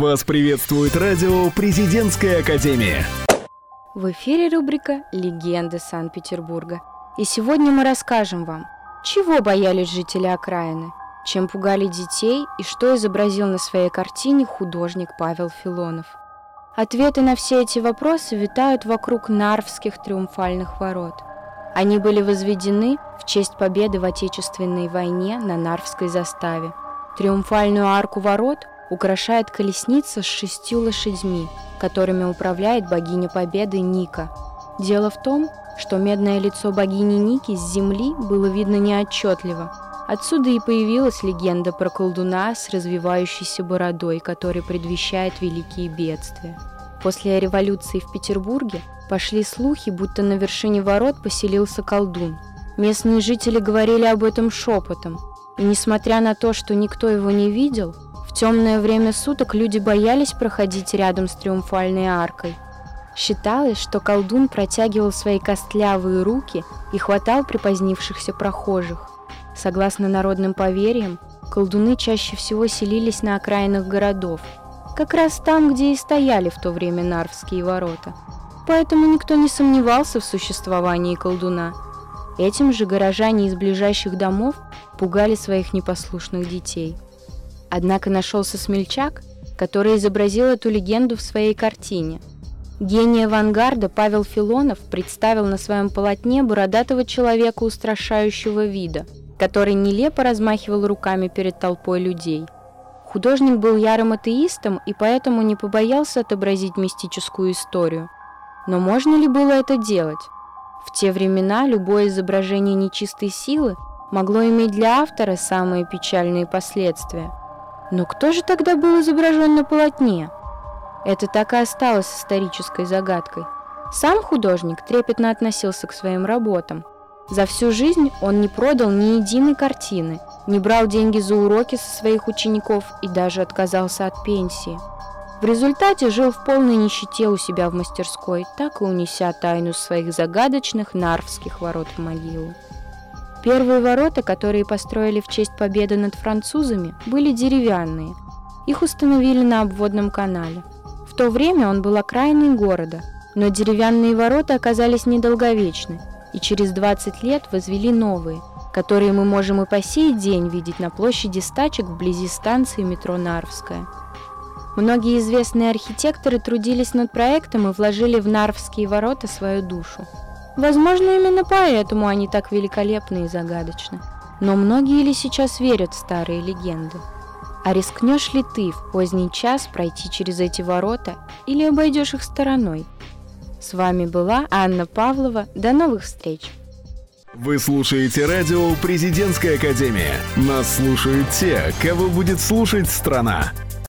Вас приветствует радио «Президентская академия». В эфире рубрика «Легенды Санкт-Петербурга». И сегодня мы расскажем вам, чего боялись жители окраины, чем пугали детей и что изобразил на своей картине художник Павел Филонов. Ответы на все эти вопросы витают вокруг Нарвских триумфальных ворот. Они были возведены в честь победы в Отечественной войне на Нарвской заставе. Триумфальную арку ворот украшает колесница с 6 лошадьми, которыми управляет богиня Победы Ника. Дело в том, что медное лицо богини Ники с земли было видно неотчетливо. Отсюда и появилась легенда про колдуна с развивающейся бородой, который предвещает великие бедствия. После революции в Петербурге пошли слухи, будто на вершине ворот поселился колдун. Местные жители говорили об этом шепотом, и несмотря на то, что никто его не видел, в темное время суток люди боялись проходить рядом с триумфальной аркой. Считалось, что колдун протягивал свои костлявые руки и хватал припозднившихся прохожих. Согласно народным поверьям, колдуны чаще всего селились на окраинах городов, как раз там, где и стояли в то время Нарвские ворота. Поэтому никто не сомневался в существовании колдуна. Этим же горожане из ближайших домов пугали своих непослушных детей. Однако нашелся смельчак, который изобразил эту легенду в своей картине. Гений авангарда Павел Филонов представил на своем полотне бородатого человека устрашающего вида, который нелепо размахивал руками перед толпой людей. Художник был ярым атеистом и поэтому не побоялся отобразить мистическую историю. Но можно ли было это делать? В те времена любое изображение нечистой силы могло иметь для автора самые печальные последствия. Но кто же тогда был изображен на полотне? Это так и осталось исторической загадкой. Сам художник трепетно относился к своим работам. За всю жизнь он не продал ни единой картины, не брал деньги за уроки со своих учеников и даже отказался от пенсии. В результате жил в полной нищете у себя в мастерской, так и унеся тайну своих загадочных Нарвских ворот в могилу. Первые ворота, которые построили в честь победы над французами, были деревянные. Их установили на обводном канале. В то время он был окраиной города, но деревянные ворота оказались недолговечны, и через 20 лет возвели новые, которые мы можем и по сей день видеть на площади стачек вблизи станции метро Нарвская. Многие известные архитекторы трудились над проектом и вложили в Нарвские ворота свою душу. Возможно, именно поэтому они так великолепны и загадочны. Но многие ли сейчас верят в старые легенды? А рискнешь ли ты в поздний час пройти через эти ворота или обойдешь их стороной? С вами была Анна Павлова. До новых встреч! Вы слушаете радио «Президентская академия». Нас слушают те, кого будет слушать страна.